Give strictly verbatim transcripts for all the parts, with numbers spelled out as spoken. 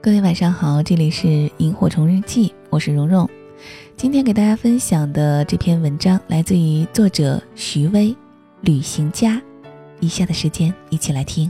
各位晚上好，这里是萤火虫日记，我是蓉蓉。今天给大家分享的这篇文章来自于作者徐薇，旅行家。以下的时间一起来听。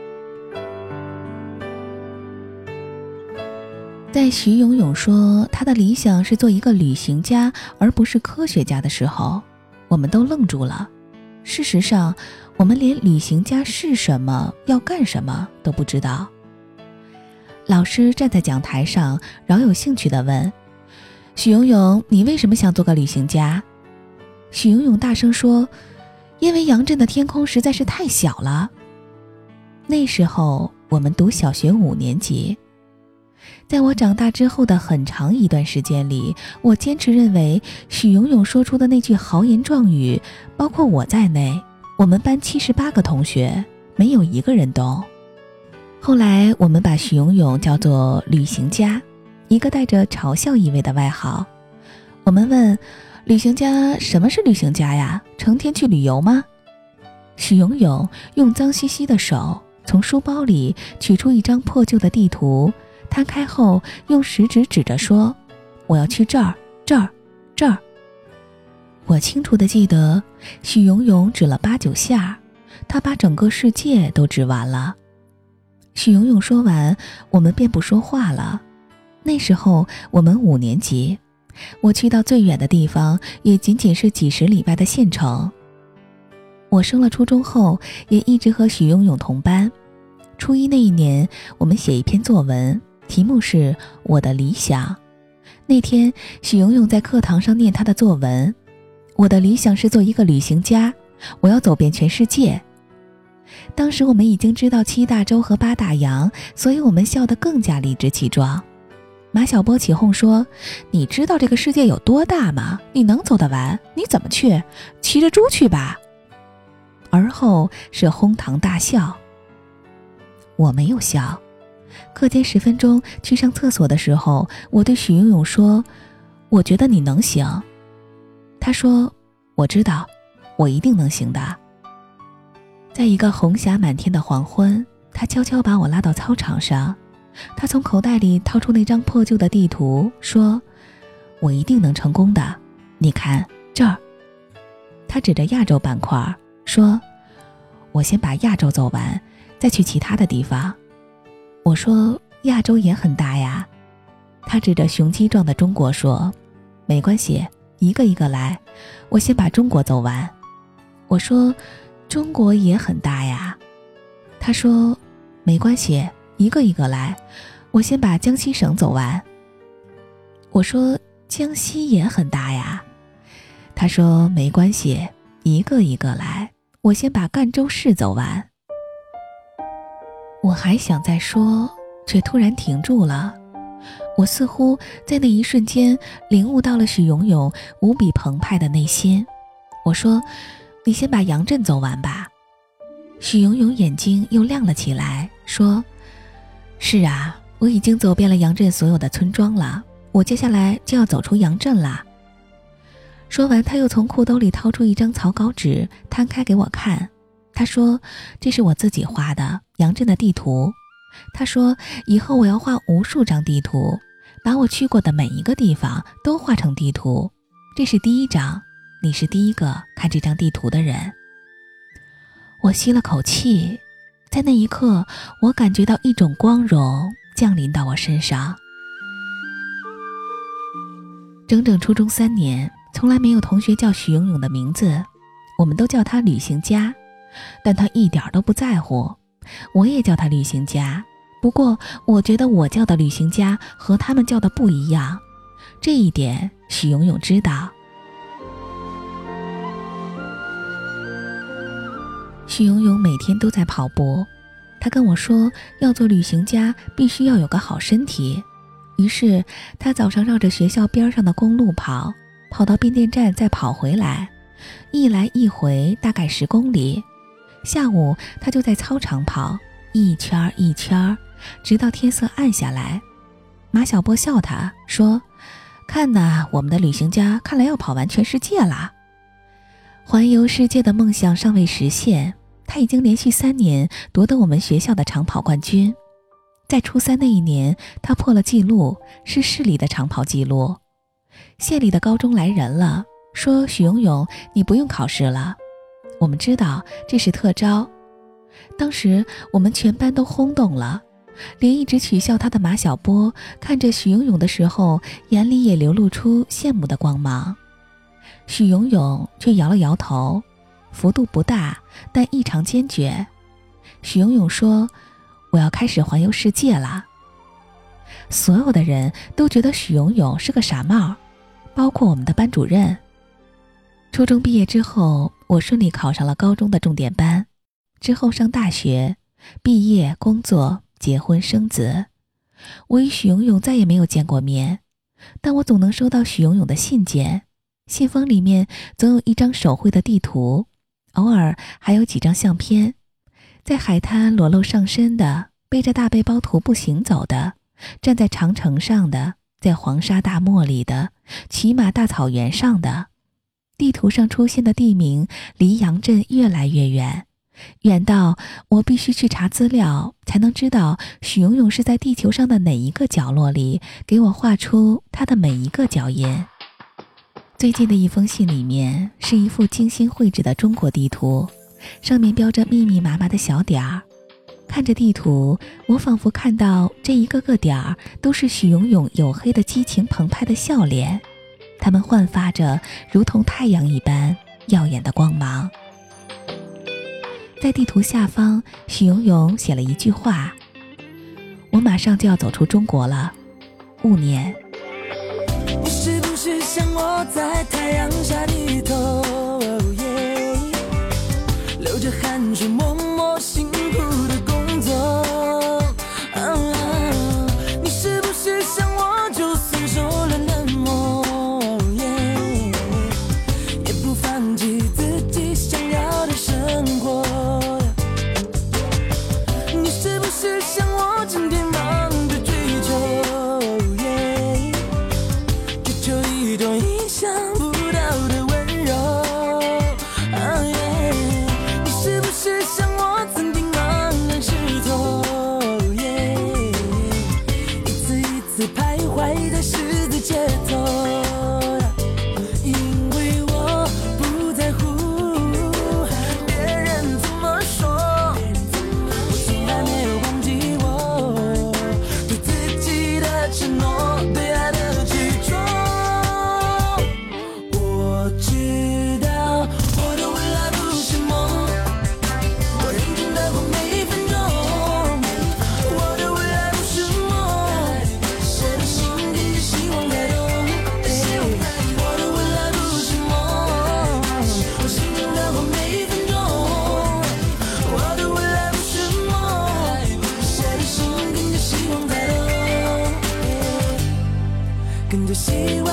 在徐永永说他的理想是做一个旅行家而不是科学家的时候，我们都愣住了。事实上，我们连旅行家是什么，要干什么都不知道。老师站在讲台上，饶有兴趣地问：许永永，你为什么想做个旅行家？许永永大声说：因为杨震的天空实在是太小了。那时候我们读小学五年级。在我长大之后的很长一段时间里，我坚持认为许永永说出的那句豪言壮语，包括我在内，我们班七十八个同学没有一个人懂。后来我们把许永永叫做旅行家，一个带着嘲笑意味的外号。我们问，旅行家，什么是旅行家呀？成天去旅游吗？许永永用脏兮兮的手从书包里取出一张破旧的地图，摊开后用食指指着说：我要去这儿这儿这儿。我清楚地记得许永永指了八九下，他把整个世界都指完了。许永永说完，我们便不说话了。那时候我们五年级，我去到最远的地方也仅仅是几十里外的县城。我升了初中后也一直和许永永同班。初一那一年，我们写一篇作文，题目是我的理想。那天许永永在课堂上念他的作文：我的理想是做一个旅行家，我要走遍全世界。当时我们已经知道七大洲和八大洋，所以我们笑得更加理直气壮。马小波起哄说：你知道这个世界有多大吗？你能走得完？你怎么去？骑着猪去吧。而后是哄堂大笑。我没有笑。课间十分钟去上厕所的时候，我对许永永说：我觉得你能行。他说：我知道，我一定能行的。在一个红霞满天的黄昏，他悄悄把我拉到操场上，他从口袋里掏出那张破旧的地图，说：我一定能成功的，你看这儿。他指着亚洲板块说：我先把亚洲走完，再去其他的地方。我说：亚洲也很大呀。他指着雄鸡状的中国说：没关系，一个一个来，我先把中国走完。我说：中国也很大呀。他说：没关系，一个一个来，我先把江西省走完。我说：江西也很大呀。他说：没关系，一个一个来，我先把赣州市走完。我还想再说，却突然停住了。我似乎在那一瞬间领悟到了许永永无比澎湃的内心。我说：你先把杨震走完吧。许永永眼睛又亮了起来，说：是啊，我已经走遍了杨震所有的村庄了，我接下来就要走出杨震啦。说完，他又从裤兜里掏出一张草稿纸，摊开给我看。他说：这是我自己画的杨震的地图。他说：以后我要画无数张地图，把我去过的每一个地方都画成地图。这是第一张，你是第一个看这张地图的人。我吸了口气，在那一刻，我感觉到一种光荣降临到我身上。整整初中三年，从来没有同学叫许永永的名字，我们都叫他旅行家，但他一点都不在乎。我也叫他旅行家，不过我觉得我叫的旅行家和他们叫的不一样，这一点许永永知道。许永永每天都在跑步，他跟我说要做旅行家必须要有个好身体，于是他早上绕着学校边上的公路跑，跑到变电站再跑回来，一来一回大概十公里。下午他就在操场跑，一圈一圈，直到天色暗下来。马小波笑他说：看呐，我们的旅行家看来要跑完全世界啦。环游世界的梦想尚未实现，他已经连续三年夺得我们学校的长跑冠军。 在初三那一年，他破了纪录，是市里的长跑纪录。县里的高中来人了，说许永永，你不用考试了。我们知道这是特招。当时我们全班都轰动了，连一直取笑他的马小波看着许永永的时候，眼里也流露出羡慕的光芒。许永永却摇了摇头，幅度不大，但异常坚决。许永永说，我要开始环游世界了。所有的人都觉得许永永是个傻帽，包括我们的班主任。初中毕业之后，我顺利考上了高中的重点班，之后上大学，毕业、工作、结婚、生子。我与许永永再也没有见过面，但我总能收到许永永的信件，信封里面总有一张手绘的地图，偶尔还有几张相片，在海滩裸露上身的，背着大背包徒步行走的，站在长城上的，在黄沙大漠里的，骑马大草原上的。地图上出现的地名离杨镇越来越远，远到我必须去查资料才能知道许永永是在地球上的哪一个角落里给我画出他的每一个脚印。最近的一封信里面是一幅精心绘制的中国地图，上面标着密密麻麻的小点儿。看着地图，我仿佛看到这一个个点儿都是许永永黝黑的激情澎湃的笑脸，它们焕发着如同太阳一般耀眼的光芒。在地图下方，许永永写了一句话，我马上就要走出中国了，勿念。 你是不是像我在太阳下低头、哦、流着汗水默默辛苦的工作、啊、你是不是像我就算受了冷漠、也不放弃自己想要的生活？你是不是像我整天忙着追求，追求一种意想不到的温柔、啊、你是不是像我曾经茫然失措，一次一次徘徊在十字街头？因为我不在乎别人怎么说，我从来没有忘记我对自己的承诺，对爱的执着。我知道我的未来不是梦，我认真的过每一分钟。我的未来不是梦，谁的心跟着希望在动。我的未来不是梦，我心中的过每一分钟。我的未来不是梦，谁的心跟着希望在动，跟着希望。